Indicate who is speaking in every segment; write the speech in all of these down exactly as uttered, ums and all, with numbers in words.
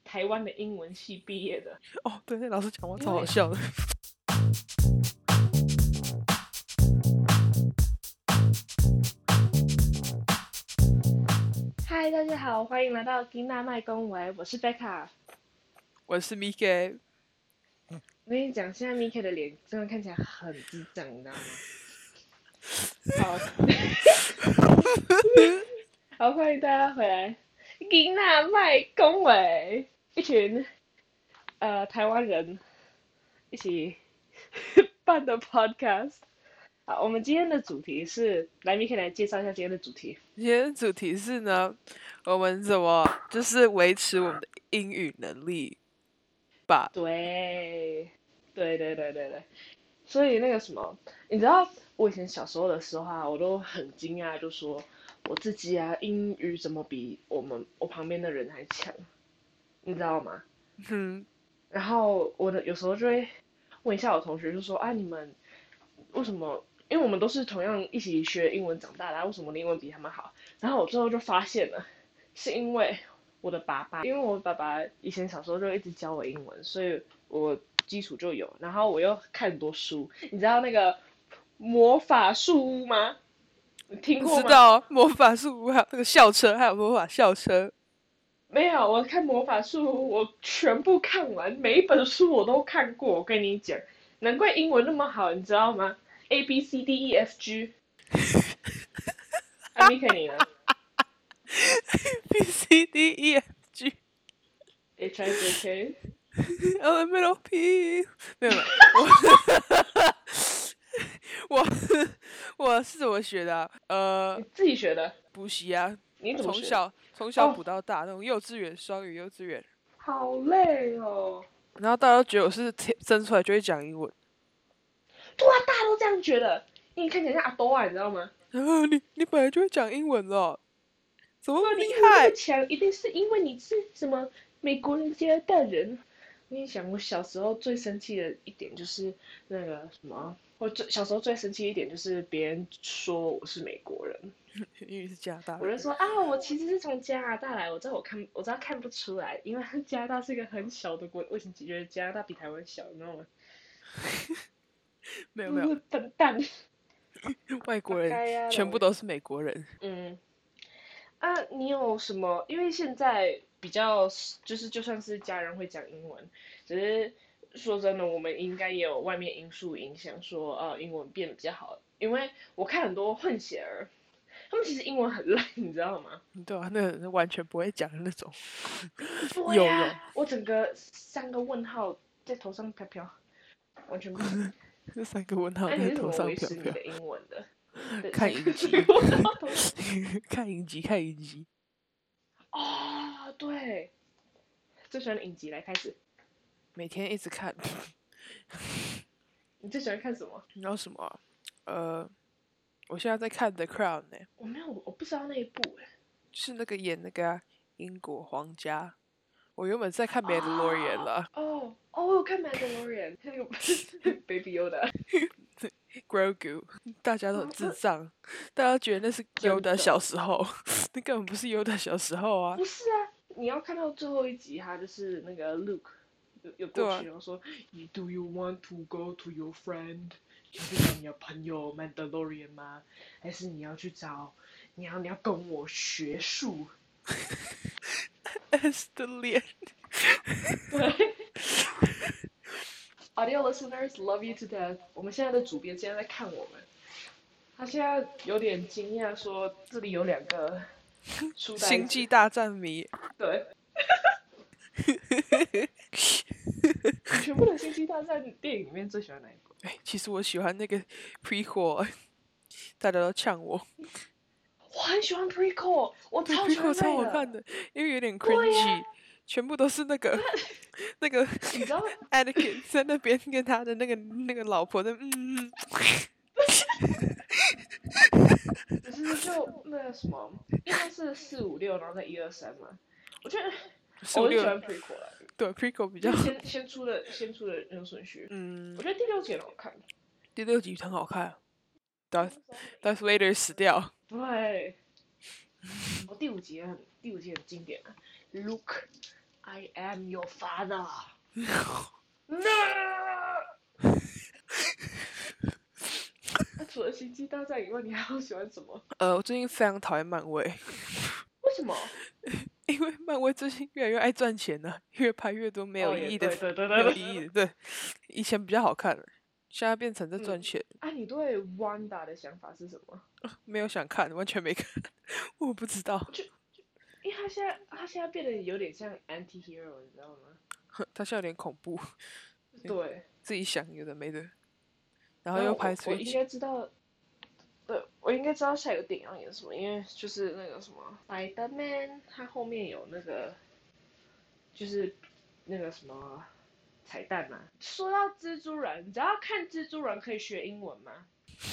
Speaker 1: 台湾的英文系毕业的。
Speaker 2: 哦，对，那老师讲话超好笑的。
Speaker 1: 嗨，大家好，欢迎来到金娜麦公维，我是贝卡。
Speaker 2: 我是 Miki。
Speaker 1: 我跟你讲，现在 Miki 的脸真的看起来很智障，你知道吗？好，好，欢迎大家回来。金娜麦公维，一群呃台湾人一起办的 podcast。好，我们今天的主题是，来 Miki 来介绍一下今天的主题。
Speaker 2: 今天的主题是呢，我们怎么就是维持我们的英语能力吧？
Speaker 1: 对，对对对对对，所以那个什么，你知道我以前小时候的时候啊，我都很惊讶，就说我自己啊英语怎么比我们我旁边的人还强，你知道吗？
Speaker 2: 嗯，
Speaker 1: 然后我的有时候就会问一下我同学，就说啊你们为什么？因为我们都是同样一起学英文长大的啊，为什么你英文比他们好？然后我最后就发现了，是因为我的爸爸，因为我爸爸以前小时候就一直教我英文，所以我基础就有，然后我又看很多书，你知道那个魔法树屋吗？你听过吗？
Speaker 2: 知道魔法树屋还有那个校车，还有魔法校车。
Speaker 1: 没有，我看魔法树屋我全部看完，每一本书我都看过。我跟你讲，难怪英文那么好，你知道吗？A B C D E F G。阿米克你呢
Speaker 2: B C D E F G
Speaker 1: ？H I J K。
Speaker 2: Elemental P 没有没有，我我我是怎么学的啊、呃
Speaker 1: 你，自己学的？
Speaker 2: 补习啊，
Speaker 1: 你怎么学？
Speaker 2: 从小从小
Speaker 1: 哦，
Speaker 2: 补到大，那种幼稚园双语幼稚园，
Speaker 1: 好累哦。
Speaker 2: 然后大家都觉得我是天生出来就会讲英文。
Speaker 1: 对啊，大家都这样觉得。因为你看起来像阿多啊，你知道吗？
Speaker 2: 然后你你本来就会讲英文了，怎么那
Speaker 1: 对啊，
Speaker 2: 么厉
Speaker 1: 你英文那么
Speaker 2: 害？
Speaker 1: 强，一定是因为你是什么美国人家的人。我跟你讲，我小时候最生气的一点就是那个什么，我最小时候最生气的一点就是别人说我是美国人，
Speaker 2: 因为是加拿大人。
Speaker 1: 我就说啊，我其实是从加拿大来，我知道我看我知道看不出来，因为加拿大是一个很小的国，为什么觉得加拿大比台湾小，你知道吗？
Speaker 2: 没有没有，
Speaker 1: 真是笨蛋，
Speaker 2: 外国人
Speaker 1: 该呀，
Speaker 2: 全部都是美国人。
Speaker 1: 嗯。啊，你有什么？因为现在比较就是就算是家人会讲英文，只是说真的，我们应该也有外面因素影响，说呃英文变得比较好。因为我看很多混血儿，他们其实英文很烂，你知道吗？
Speaker 2: 对啊，那那完全不会讲的那种。
Speaker 1: 对
Speaker 2: 有有，
Speaker 1: 呀、我整个三个问号在头上飘飘，完全不行。
Speaker 2: 这三个问号
Speaker 1: 那、你
Speaker 2: 在头
Speaker 1: 是怎么
Speaker 2: 上飘飘。
Speaker 1: 维持你的英文的？对，
Speaker 2: 看影集，看影集，看影集。
Speaker 1: 哦，对，最喜欢的影集来开始。
Speaker 2: 每天一直看。
Speaker 1: 你最喜欢看什么？
Speaker 2: 你知道什么啊、呃，我现在在看《The Crown》呢，
Speaker 1: 我没有，我不知道那一部哎。
Speaker 2: 是那个演那个啊、英国皇家。我原本在看《Mandalorian》
Speaker 1: 哦
Speaker 2: 了
Speaker 1: 哦哦，我有看《Mandalorian》，那个 Baby Yoda，
Speaker 2: ，Grogu，大家都很智障，大家觉得那是
Speaker 1: 真
Speaker 2: Yoda
Speaker 1: 的
Speaker 2: 小时候，那根本不是 Yoda 小时候啊。
Speaker 1: 不是啊！你要看到最后一集，他就是那个 Luke 有有过去，
Speaker 2: 对啊，
Speaker 1: 然后说你 Do you want to go to your friend？你去找你的朋友 Mandalorian 吗？还是你要去找你要你要跟我学术？
Speaker 2: S 的脸。
Speaker 1: 对，Audio listeners love you to death。我们现在的主编现在在看我们，他现在有点惊讶，说这里有两个书呆子
Speaker 2: 星际。大战迷。
Speaker 1: 对，你全部的星际大战电影里面最喜欢哪一部？
Speaker 2: 哎，其实我喜欢那个 prequel，大家都呛我。
Speaker 1: 我很喜欢 prequel，我
Speaker 2: 对
Speaker 1: 超喜欢
Speaker 2: ，prequel 超
Speaker 1: 那个。
Speaker 2: 好看的，因为有点
Speaker 1: 对
Speaker 2: cringy，、
Speaker 1: 呀、
Speaker 2: 全部都是那个那个
Speaker 1: 你知道，
Speaker 2: Anakin 在那边跟他的那个那个老婆在嗯嗯，
Speaker 1: 只是就那个什么，因为它是四五六，然后再一二三嘛。我觉得
Speaker 2: 四五六
Speaker 1: 我很喜欢 prequel 啦，
Speaker 2: 对 prequel 比较
Speaker 1: 就是先先出的先出的那个顺序。
Speaker 2: 嗯，
Speaker 1: 我觉得第六集很好看。
Speaker 2: 第六集很好看，Darth Darth Vader 死掉，
Speaker 1: 对，我第五集也很第五集很经典啊，Luke I am your father. No. 那除了星际大战以外，你还有喜欢什么？
Speaker 2: 呃，我最近非常讨厌漫威，
Speaker 1: 为什么？
Speaker 2: 因为漫威最近越来越爱赚钱了，越拍越多没有
Speaker 1: 哦，
Speaker 2: 意义的、
Speaker 1: 也对对对
Speaker 2: 没
Speaker 1: 对对。
Speaker 2: 有意义的。对，以前比较好看，现在变成在赚
Speaker 1: 嗯，
Speaker 2: 钱，
Speaker 1: 啊，你对 Wanda 的想法是什么？
Speaker 2: 没有想看，完全没看，我不知道。
Speaker 1: 就因为他现在他现在变得有点像 anti-hero，你知道吗？
Speaker 2: 他现在有点恐怖，
Speaker 1: 对，
Speaker 2: 自己想有的没的，然后
Speaker 1: 然后
Speaker 2: 又拍
Speaker 1: 我我应
Speaker 2: 出一集，
Speaker 1: 该知道，对，我应该知道下一个电影要演什么，因为就是那个什么 Spider-Man，它后面有那个就是那个什么彩蛋嘛。说到蜘蛛人，你知道看蜘蛛人可以学英文吗？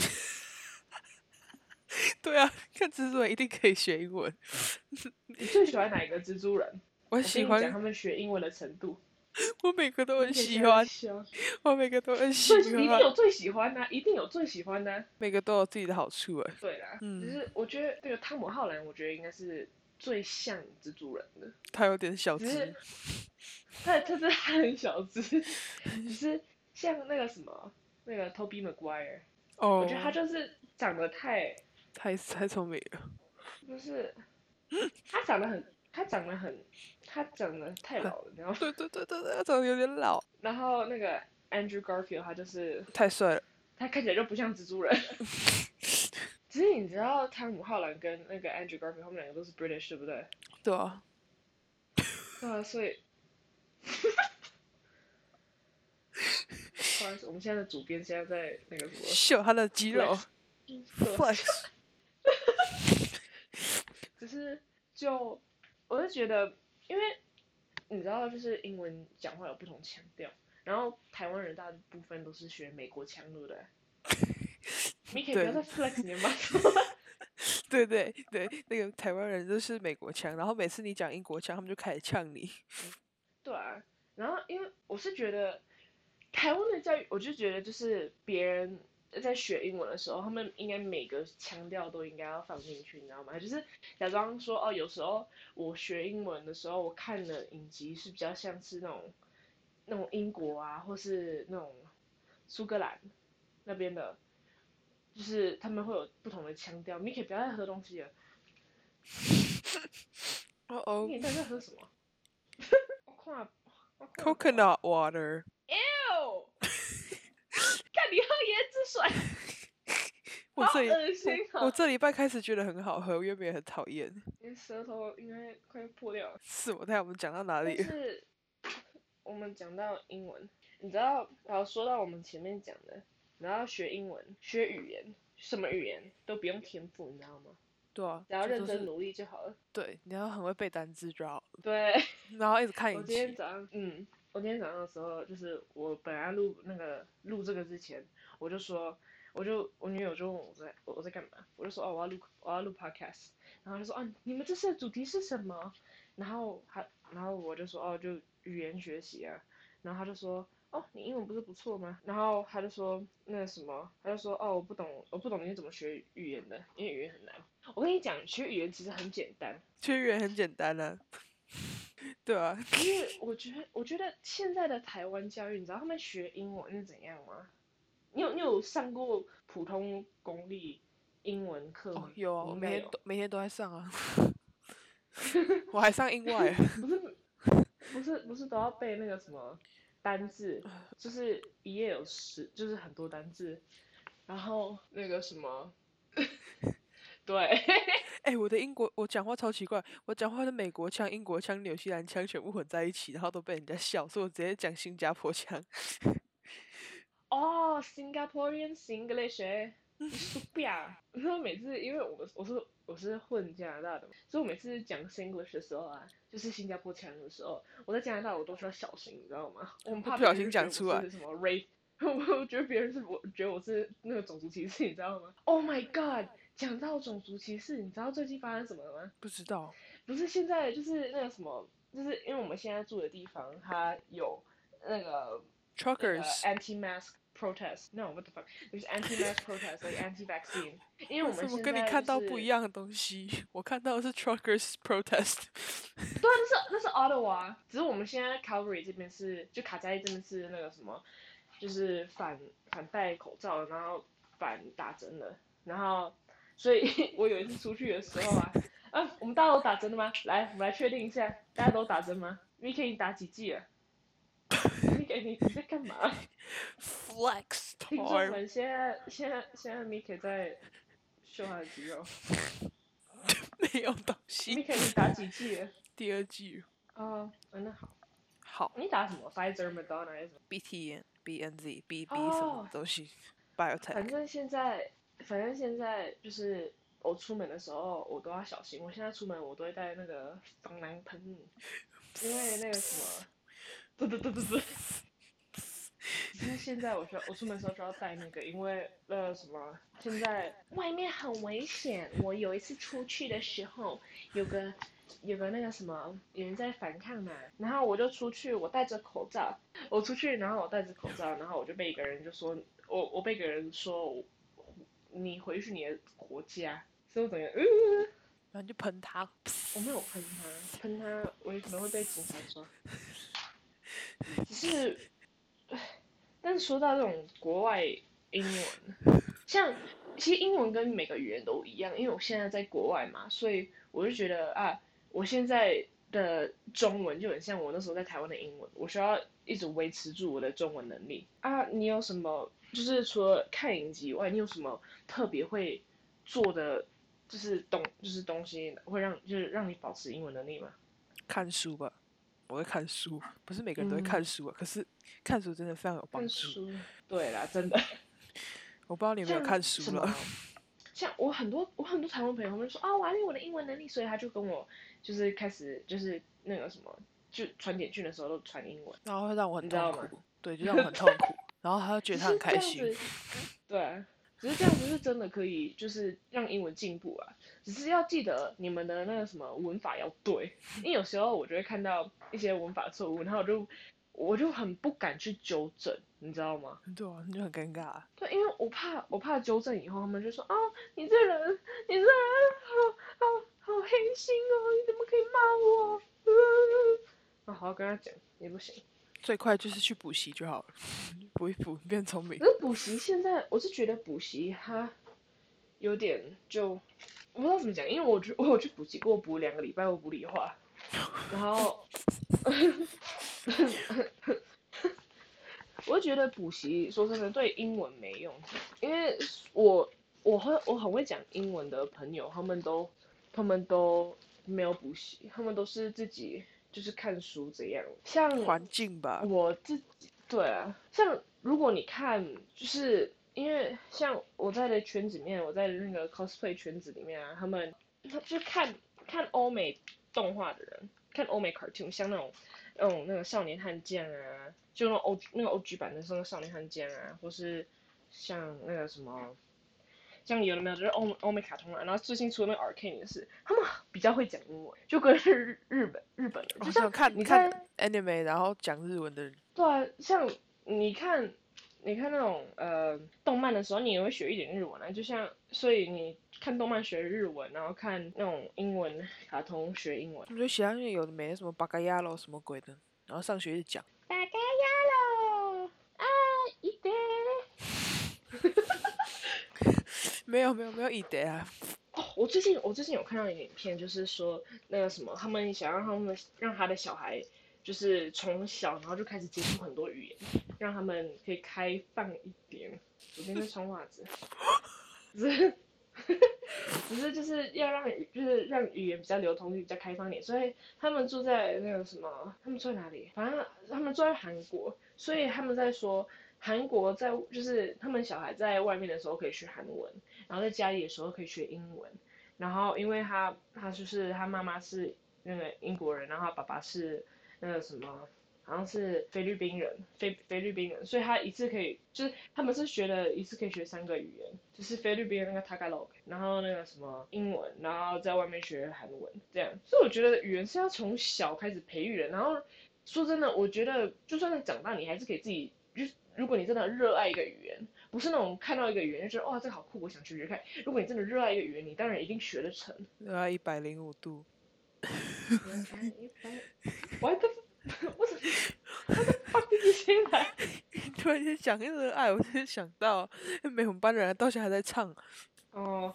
Speaker 2: 对啊，看蜘蛛人一定可以学英文。
Speaker 1: 你最喜欢哪一个蜘蛛人？
Speaker 2: 我
Speaker 1: 我跟你讲
Speaker 2: 喜欢，
Speaker 1: 他们学英文的程度。
Speaker 2: 我每个都很
Speaker 1: Mika 现在在
Speaker 2: 喜欢，
Speaker 1: 笑，
Speaker 2: 我每个都很
Speaker 1: 最一定
Speaker 2: 喜欢，
Speaker 1: 有最喜欢的啊，一定有最喜欢的啊。
Speaker 2: 每个都有自己的好处哎。
Speaker 1: 对啦，只
Speaker 2: 嗯，
Speaker 1: 是我觉得那个汤姆浩兰，我觉得应该是最像蜘蛛人的，
Speaker 2: 他有点小
Speaker 1: 只是
Speaker 2: 只，
Speaker 1: 他他真的很小只，只是像那个什么那个 Toby Maguire，我觉得他
Speaker 2: 哦，
Speaker 1: 就是长得太
Speaker 2: 太太聪明了，
Speaker 1: 不是，他长得很他长得很他长得太老了，然后
Speaker 2: 对对对对对，他长得有点老，
Speaker 1: 然后那个 Andrew Garfield 他就是
Speaker 2: 太帅了。
Speaker 1: 他看起来就不像蜘蛛人。只是你知道汤姆浩兰跟那个 Andrew Garfield 他们两个都是 British 对不对？
Speaker 2: 对啊，
Speaker 1: 对啊，所以不好意思，我们现在的主编现在在那个什么
Speaker 2: 秀他的肌肉
Speaker 1: flex，
Speaker 2: ，flex。
Speaker 1: 只是就我是觉得，因为你知道，就是英文讲话有不同腔调，然后台湾人大部分都是学美国腔，对不对？你可以不要再 flex 你的麦克风了。
Speaker 2: 对对对，那个台湾人都是美国腔，然后每次你讲英国腔，他们就开始呛你。
Speaker 1: 对啊，然后因为我是觉得台湾的教育，我就觉得就是别人在学英文的时候，他们应该每个腔调都应该要放进去，你知道吗？就是假装说哦，有时候我学英文的时候，我看的影集是比较像是那种那种英国啊，或是那种苏格兰那边的，就是他们会有不同的腔调。你可以不要再喝东西了，
Speaker 2: 哦哦
Speaker 1: 你到底在喝什么？我看，我看
Speaker 2: ，coconut water。
Speaker 1: ，ew，看你喝椰子水，好
Speaker 2: 我这里
Speaker 1: 恶心
Speaker 2: 我我
Speaker 1: 啊！
Speaker 2: 这礼拜开始觉得很好喝，我原本也很讨厌。
Speaker 1: 你舌头应该快破掉了。
Speaker 2: 是我带我们讲到哪里了？
Speaker 1: 但是我们讲到英文，你知道，然后说到我们前面讲的，然后学英文、学语言，什么语言都不用天赋，你知道吗？
Speaker 2: 对啊，
Speaker 1: 只要
Speaker 2: 这都是
Speaker 1: 认真努力就好了。
Speaker 2: 对，你要很会背单词就好了，
Speaker 1: 对，
Speaker 2: 然后一直看
Speaker 1: 我
Speaker 2: 影集。
Speaker 1: 今天早上，嗯，我今天早上的时候，就是我本来录那个录这个之前，我就说，我就我女友就问我在我我在干嘛，我就说哦我要录我要录 podcast，然后就说啊你们这次的主题是什么？然后还然后我就说哦就语言学习啊，然后他就说哦你英文不是不错吗？然后他就说那个什么，他就说哦我不懂我不懂你怎么学语言的，因为语言很难。我跟你讲学语言其实很简单，
Speaker 2: 学语言很简单啊，对啊，
Speaker 1: 可是我觉得，我觉得现在的台湾教育，你知道他们学英文是怎样吗？你有你有上过普通公立英文课吗？
Speaker 2: 哦有啊，我每天
Speaker 1: 你应该有。
Speaker 2: 都每天都在上啊，我还上英外。
Speaker 1: 不是不是不是都要背那个什么单字，就是一页有十，就是很多单字，然后那个什么，对，
Speaker 2: 哎、欸我的英国，我讲话超奇怪，我讲话的美国腔、英国腔、纽西兰腔全部混在一起，然后都被人家笑，所以我直接讲新加坡腔。
Speaker 1: 哦，Singaporean Singlish，你 stupid 啊！然后每次因为我们我是我是混加拿大的嘛，所以我每次讲 Singlish 的时候啊，就是新加坡腔的时候，我在加拿大我都需要小心，你知道吗？我很怕别
Speaker 2: 会不小心
Speaker 1: 人就觉得我
Speaker 2: 讲出来，
Speaker 1: 是什么 race，我觉得别人是我觉得我是那个种族歧视，你知道吗？Oh my god！讲到种族歧视，你知道最近发生什么了吗？
Speaker 2: 不知道。
Speaker 1: 不是现在就是那个什么，就是因为我们现在住的地方它有那个那个
Speaker 2: Truckers，
Speaker 1: anti mask protest. No, what the fuck? There's anti-mask protest, like anti-vaccine. 因为我
Speaker 2: 为什么跟你
Speaker 1: 们现在
Speaker 2: 看到不一
Speaker 1: 就是
Speaker 2: 样的东西？我看到的是 truckers protest。
Speaker 1: 对啊，那是那是 Ottawa，只是我们现在 Calgary 这边是就卡在这边是那个什么，就是反反戴口罩，然后反打针的，然后所以我有一次出去的时候啊，啊，我们大家都打针了吗？来，我们来确定一下，大家都打针吗 ？Miki 你打几剂了 ？Miki 你你在干嘛？
Speaker 2: Flex
Speaker 1: 听众
Speaker 2: time。
Speaker 1: 们，现在现在现在 Miki 在秀他的肌肉。
Speaker 2: 没有东西。
Speaker 1: Miki 你打几剂了？
Speaker 2: 第二季。
Speaker 1: 哦，嗯，那好。
Speaker 2: 好。
Speaker 1: 你打什么 ？Pfizer、Moderna 还是什么
Speaker 2: B T N B N Z B B 什么
Speaker 1: 哦，
Speaker 2: 东西 biotech。
Speaker 1: 反正现在，反正现在就是我出门的时候，我都要小心。我现在出门我都会带那个防狼喷雾，因为那个什么，对对对对对。只是现在我需要，我出门的时候就要带那个，因为呃什么，现在外面很危险。我有一次出去的时候，有个有个那个什么，有人在反抗嘛，然后我就出去，我戴着口罩，我出去，然后我戴着口罩，然后我就被一个人就说，我我被一个人说，你回去你的国家，所以我整个，呃，
Speaker 2: 然后就喷他。
Speaker 1: 我没有喷他，喷他我也可能会被警察抓，只是。但是说到这种国外英文，像其实英文跟每个语言都一样，因为我现在在国外嘛，所以我就觉得啊，我现在的中文就很像我那时候在台湾的英文，我需要一直维持住我的中文能力啊。你有什么就是除了看影集以外，你有什么特别会做的就是东就是东西会让就是让你保持英文能力吗？
Speaker 2: 看书吧。我会看书，不是每个人都会
Speaker 1: 嗯，
Speaker 2: 看书啊。可是看书真的非常有帮助。
Speaker 1: 看书，对啦，真的。
Speaker 2: 我不知道你有没有
Speaker 1: 像
Speaker 2: 看书了。
Speaker 1: 什么？像我很多我很多台湾朋友，他们说啊，我要练我的英文能力，所以他就跟我就是开始就是那个什么，就传简讯的时候都传英文，
Speaker 2: 然后会让我很
Speaker 1: 你知道吗？
Speaker 2: 痛苦。对，就让我很痛苦。然后他就觉得他很
Speaker 1: 只是这
Speaker 2: 开心。
Speaker 1: 样子，对，只是这样子是真的可以，就是让英文进步啊。只是要记得你们的那个什么文法要对，因为有时候我就会看到一些文法错误，然后我就我就很不敢去纠正，你知道吗？
Speaker 2: 对啊，你就很尴尬啊。
Speaker 1: 对，因为我怕我怕纠正以后，他们就说啊，你这人你这人好好好黑心哦，你怎么可以骂我？啊，好好跟他讲也不行。
Speaker 2: 最快就是去补习就好了。补一补变聪明。
Speaker 1: 可是补习现在，我是觉得补习它有点就我不知道怎么讲，因为我去我有去补习过，补两个礼拜，我补理化，然后我就觉得补习说真的对英文没用，因为我我很我很会讲英文的朋友，他们都他们都没有补习，他们都是自己就是看书这样。像
Speaker 2: 环境吧。
Speaker 1: 我自己对啊，像如果你看就是因为像我在的圈子里面，我在那个 cosplay 圈子里面啊，他们他就看看欧美动画的人，看欧美 cartoon，像那种那种那个少年悍将啊，就那种 O 那个 O G 版的那个少年悍将啊，或是像那个什么，像有的没有就是欧欧美卡通啊，然后最近出的那个 Arcane 也是，他们比较会讲英文，就跟日日本日本人，就像
Speaker 2: 看
Speaker 1: 你在
Speaker 2: 看 anime 然后讲日文的人。
Speaker 1: 对啊，像你看你看那种呃动漫的时候，你也会学一点日文啊，就像所以你看动漫学日文，然后看那种英文卡通学英文。
Speaker 2: 我就喜欢有的没的什么巴嘎亚咯什么鬼的，然后上学就讲。
Speaker 1: 大家呀喽，啊一点。
Speaker 2: 没有没有没有一点啊。
Speaker 1: 哦，我最近我最近有看到一个影片，就是说那个什么，他们想让他们让他的小孩，就是从小然后就开始接触很多语言，让他们可以开放一点。昨天在穿袜子，只是只是就是要让就是让语言比较流通，比较开放一点。所以他们住在那个什么，他们住在哪里？反正他们住在韩国，所以他们在说韩国在就是他们小孩在外面的时候可以学韩文。然后在家里的时候可以学英文，然后因为他他就是他妈妈是那个英国人，然后他爸爸是那个什么，好像是菲律宾人，菲菲律宾人，所以他一次可以就是他们是学了一次可以学三个语言，就是菲律宾那个 Tagalog，然后那个什么英文，然后在外面学韩文这样，所以我觉得语言是要从小开始培育的，然后说真的，我觉得就算是长大，你还是可以自己就是如果你真的热爱一个语言，不是那种看到一个语言就觉得哇这个好酷，我想学学看。如果你真的热爱一个语言，你当然一定学得成。
Speaker 2: 热爱一百零五度。
Speaker 1: 热爱一百，what the，为什么？What the fuck did you say that？
Speaker 2: 突然间讲热爱，我就想到，因为我们班的人到现在还在唱。
Speaker 1: 哦，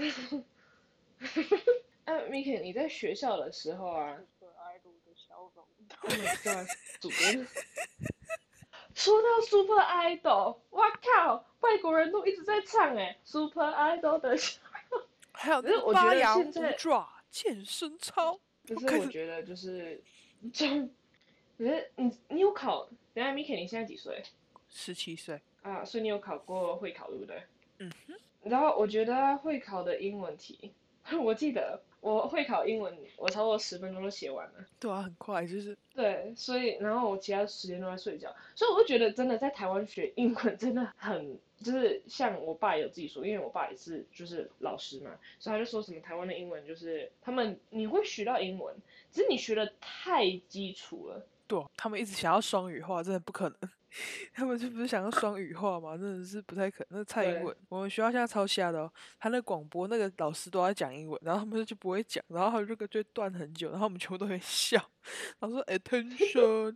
Speaker 1: 哎 m i k i 你在学校的时候啊
Speaker 2: 可爱的笑容。
Speaker 1: ，Oh my god，主编。说到 Super Idol，哇靠，外国人都一直在唱哎，Super Idol 的。
Speaker 2: 还有那个
Speaker 1: 可是我觉得
Speaker 2: 八羊五
Speaker 1: 现在，
Speaker 2: 爪健身操。
Speaker 1: 可是
Speaker 2: 开始
Speaker 1: 我觉得就是，就，可是你你有考，等下 Miki 你现在几岁
Speaker 2: 十七岁。
Speaker 1: 啊？所以你有考过会考对不对？
Speaker 2: 嗯哼。
Speaker 1: 然后我觉得会考的英文题，我记得我会考英文，我差不多十分钟就写完了。
Speaker 2: 对啊，很快就是。
Speaker 1: 对，所以然后我其他时间都在睡觉，所以我就觉得真的在台湾学英文真的很，就是像我爸有自己说，因为我爸也是就是老师嘛，所以他就说什么台湾的英文就是他们你会学到英文，只是你学的太基础了。
Speaker 2: 对啊，他们一直想要双语化，真的不可能。他们就不是想要双语化嘛，真的是不太可能。那蔡英
Speaker 1: 对，
Speaker 2: 文，我们学校现在超瞎的哦，他那广播那个老师都在讲英文，然后他们就不会讲，然后他这个就断很久，然后我们全部都会笑，然后说 attention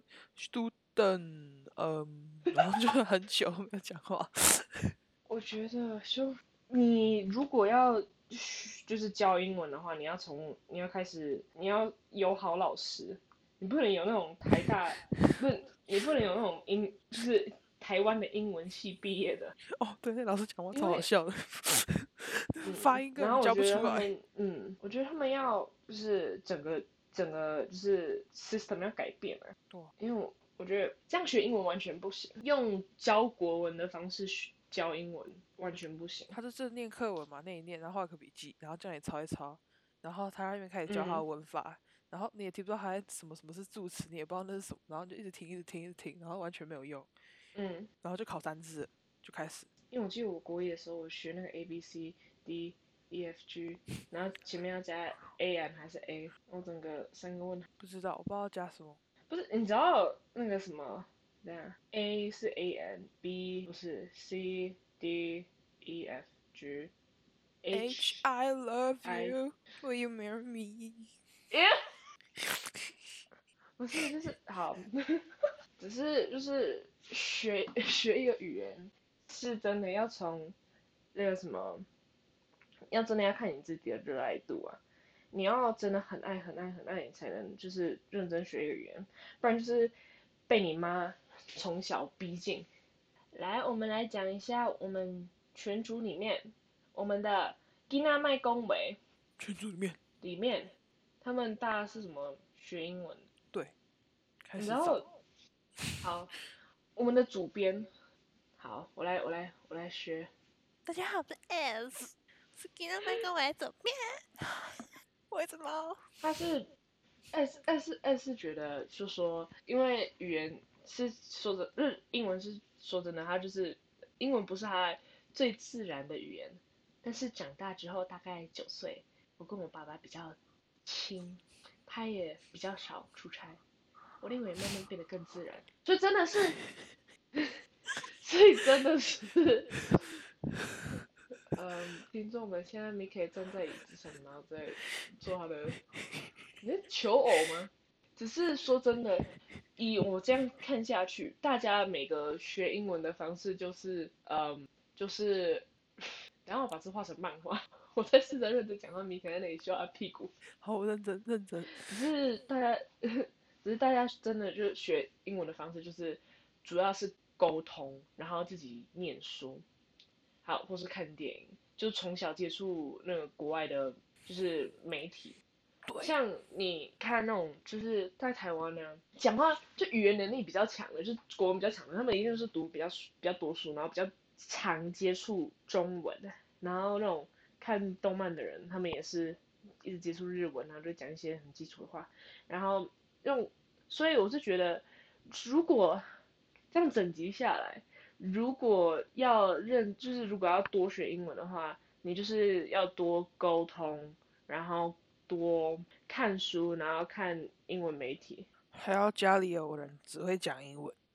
Speaker 2: student，嗯，然后就很久没有讲话。
Speaker 1: 我觉得就你如果要就是教英文的话，你要从你要开始你要有好老师，你不能有那种台大，不是你不能有那种英就是台湾的英文系毕业的，
Speaker 2: 哦，对，那老师讲话
Speaker 1: 因为
Speaker 2: 超好笑的。发
Speaker 1: 嗯，
Speaker 2: 音根本
Speaker 1: 然后我
Speaker 2: 教不出来。
Speaker 1: 觉得他们嗯，我觉得他们要就是整个整个就是 system 要改变了，
Speaker 2: 对，
Speaker 1: 因为我我觉得这样学英文完全不行，用教国文的方式学教英文完全不行。
Speaker 2: 他就是念课文嘛，念一念，然后画个笔记，然后叫你抄一抄，然后他那边开始教他的
Speaker 1: 嗯
Speaker 2: 文法，然后你也听不到他在什么什么是助词，你也不知道那是什么，然后就一直听，一直听，一直听，然后完全没有用，
Speaker 1: 嗯。
Speaker 2: 然后就考单字了，就开始。
Speaker 1: 因为我记得我国一的时候，我学那个 A B C D E F G，然后前面要加 A M 还是 A，我整个三个问号。
Speaker 2: 不知道，我不知道加什么。
Speaker 1: 不是，你知道那个什么？对啊，A 是 A N，B 不是 C D E F G
Speaker 2: H
Speaker 1: H
Speaker 2: I love
Speaker 1: I，
Speaker 2: you, will you marry me？
Speaker 1: 耶，不是，就是好，只是就是学学一个语言，是真的要从那个什么，要真的要看你自己的热爱度啊。你要真的很爱很爱很爱，你才能就是认真学一个语言，不然就是被你妈从小逼进。来，我们来讲一下我们群组里面我们的吉娜麦公维
Speaker 2: 群组里面。
Speaker 1: 里面，他们大家是什么学英文？
Speaker 2: 对，开始
Speaker 1: 然后
Speaker 2: 找。
Speaker 1: 好，我们的主编，好，我来我来我来学。
Speaker 2: 大家好，我是 S，是吉娜麦公维左边。为什么？
Speaker 1: 他是 S S S 是觉得就说，因为语言是说的日英文是说真的，他就是英文不是他最自然的语言，但是长大之后大概九岁，我跟我爸爸比较亲，他也比较少出差，我的英文也慢慢变得更自然，所以真的是，所以真的是。嗯，听众们，现在 Miki 站在椅子上，然后在做他的，你是求偶吗？只是说真的，以我这样看下去，大家每个学英文的方式就是，嗯，就是，然后我把这画成漫画，我在试着认真讲到 Miki 在那里秀他屁股。
Speaker 2: 好，我认真认真。
Speaker 1: 只是大家，只是大家真的就学英文的方式，就是主要是沟通，然后自己念书。好，或是看电影，就从小接触那个国外的，就是媒体。
Speaker 2: 对。
Speaker 1: 像你看那种，就是在台湾呢，讲话就语言能力比较强的，就是国文比较强的，他们一定是读比较比较多书，然后比较常接触中文，然后那种看动漫的人，他们也是一直接触日文，然后就讲一些很基础的话，然后用，所以我是觉得，如果这样整集下来。如果要认，就是如果要多学英文的话，你就是要多沟通，然后多看书，然后看英文媒体。
Speaker 2: 还要家里有人只会讲英文，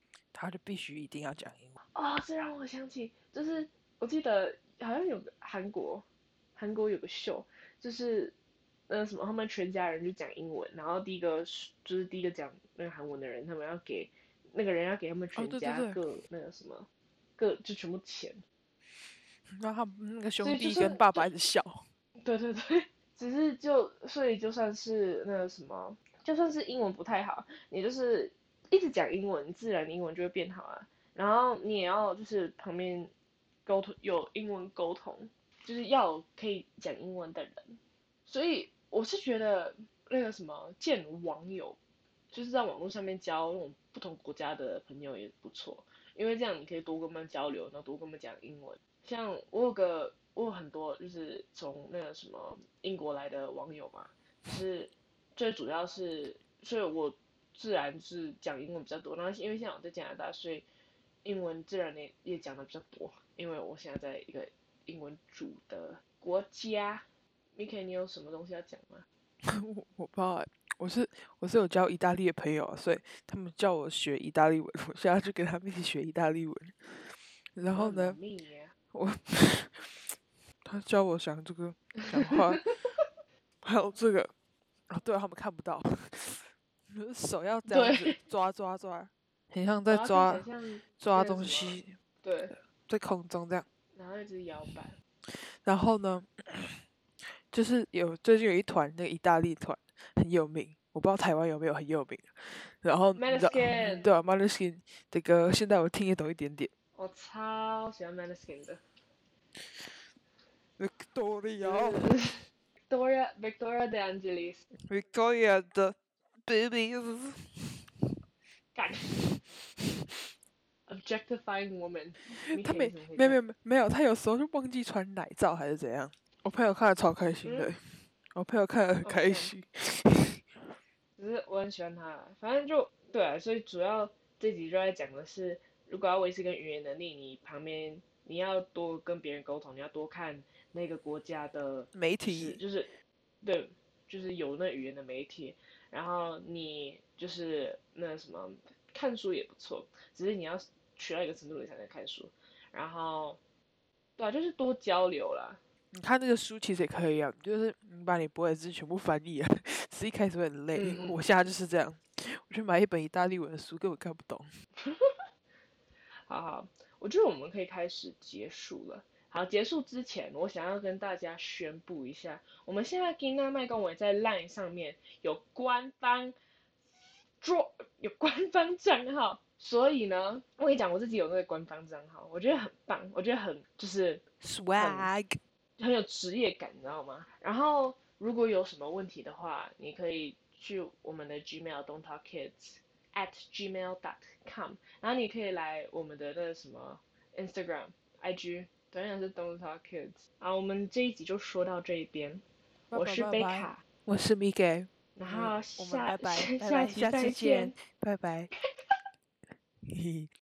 Speaker 2: 他就必须一定要讲英文。
Speaker 1: 哦，这让我想起，就是我记得好像有个韩国，韩国有个秀，就是那什么，他们全家人就讲英文，然后第一个是就是第一个讲那个韩文的人，他们要给那个人要给他们
Speaker 2: 哦，
Speaker 1: 全
Speaker 2: 对对对，
Speaker 1: 家各那个什么，各就全部钱，
Speaker 2: 然后他们那个
Speaker 1: 所以就
Speaker 2: 兄弟跟
Speaker 1: 是就
Speaker 2: 爸爸一直笑。
Speaker 1: 对对对，只是就所以就算是那个什么，就算是英文不太好，你就是一直讲英文，自然英文就会变好啊。然后你也要就是旁边沟通有英文沟通，就是要有可以讲英文的人。所以我是觉得那个什么见网友，就是在网络上面交那种不同国家的朋友也不错，因为这样你可以多跟他们交流，然后多跟他们讲英文。像我有个我有很多就是从那个什么英国来的网友嘛，就是最主要是，所以我自然是讲英文比较多。然后因为现在我在加拿大，所以英文自然也也讲的比较多，因为我现在在一个英文主的国家。Miki，你有什么东西要讲吗？
Speaker 2: 我我不知道欸，我是我是有交意大利的朋友啊，所以他们叫我学意大利文，我现在就跟他们一起学意大利文。然后
Speaker 1: 妈
Speaker 2: 呢，
Speaker 1: 咪呀！
Speaker 2: 我他教我讲这个讲话，还有这个啊，对啊，他们看不到，就是手要这样子
Speaker 1: 对，
Speaker 2: 抓抓抓，很像在
Speaker 1: 然后看起
Speaker 2: 抓
Speaker 1: 来像
Speaker 2: 抓
Speaker 1: 那个什么，
Speaker 2: 东西，
Speaker 1: 对，
Speaker 2: 在空中这样。
Speaker 1: 然后一直摇摆。
Speaker 2: 然后呢，就是有最近有一团那个意大利团很有名，我不知道台湾有没有很有名。然后你知道，
Speaker 1: Maneskin，
Speaker 2: 对啊 m a n e s k i n 的歌现在我听也懂一点点。
Speaker 1: 我超喜欢 Maneskin 的，就
Speaker 2: Victoria
Speaker 1: 是 Victoria Victoria de Angelis，
Speaker 2: Victoria 的 baby，
Speaker 1: 干 objectifying woman。
Speaker 2: 他
Speaker 1: Miki，你
Speaker 2: 没
Speaker 1: 怎么会这样？
Speaker 2: 没有没有没有，他有时候就忘记穿奶罩还是怎样。我朋友看了超开心的，
Speaker 1: 嗯，
Speaker 2: 我朋友看了很
Speaker 1: 哦，这样。
Speaker 2: 开心。
Speaker 1: 只是我很喜欢他，反正就对啊，所以主要这集就在讲的是，如果要维持一个语言能力，你旁边你要多跟别人沟通，你要多看那个国家的
Speaker 2: 媒
Speaker 1: 是，
Speaker 2: 体
Speaker 1: 就是对，就是有那语言的媒体，然后你就是那什么看书也不错，只是你要学到一个程度你才能看书，然后对啊，就是多交流啦。
Speaker 2: 你看那个书其实也可以啊，就是你把你不会的字全部翻译啊，是一开始会很累。
Speaker 1: 嗯嗯，
Speaker 2: 我现在就是这样，我去买一本意大利文的书，根本看不懂。
Speaker 1: 好好，我觉得我们可以开始结束了。好，结束之前，我想要跟大家宣布一下，我们现在 Gina 麦跟我在 LINE 上面有官方做有官方账号，所以呢，我跟你讲，我自己有那个官方账号，我觉得很棒，我觉得很就是很
Speaker 2: Swag，
Speaker 1: 很有职业感，你知道吗？然后如果有什么问题的话，你可以去我们的 Gmail don't talk kids at gmail dot com，然后你可以来我们的那个什么 Instagram、I G，同样是 don't talk kids。好，我们这一集就说到这边，
Speaker 2: 拜拜
Speaker 1: 我是
Speaker 2: 拜拜，
Speaker 1: 贝卡，
Speaker 2: 我是 Miguel，
Speaker 1: 然
Speaker 2: 我们
Speaker 1: 后
Speaker 2: 我们
Speaker 1: 下
Speaker 2: 拜拜拜拜，
Speaker 1: 下期
Speaker 2: 下次
Speaker 1: 再
Speaker 2: 见，
Speaker 1: 见。
Speaker 2: 拜拜。嘿嘿。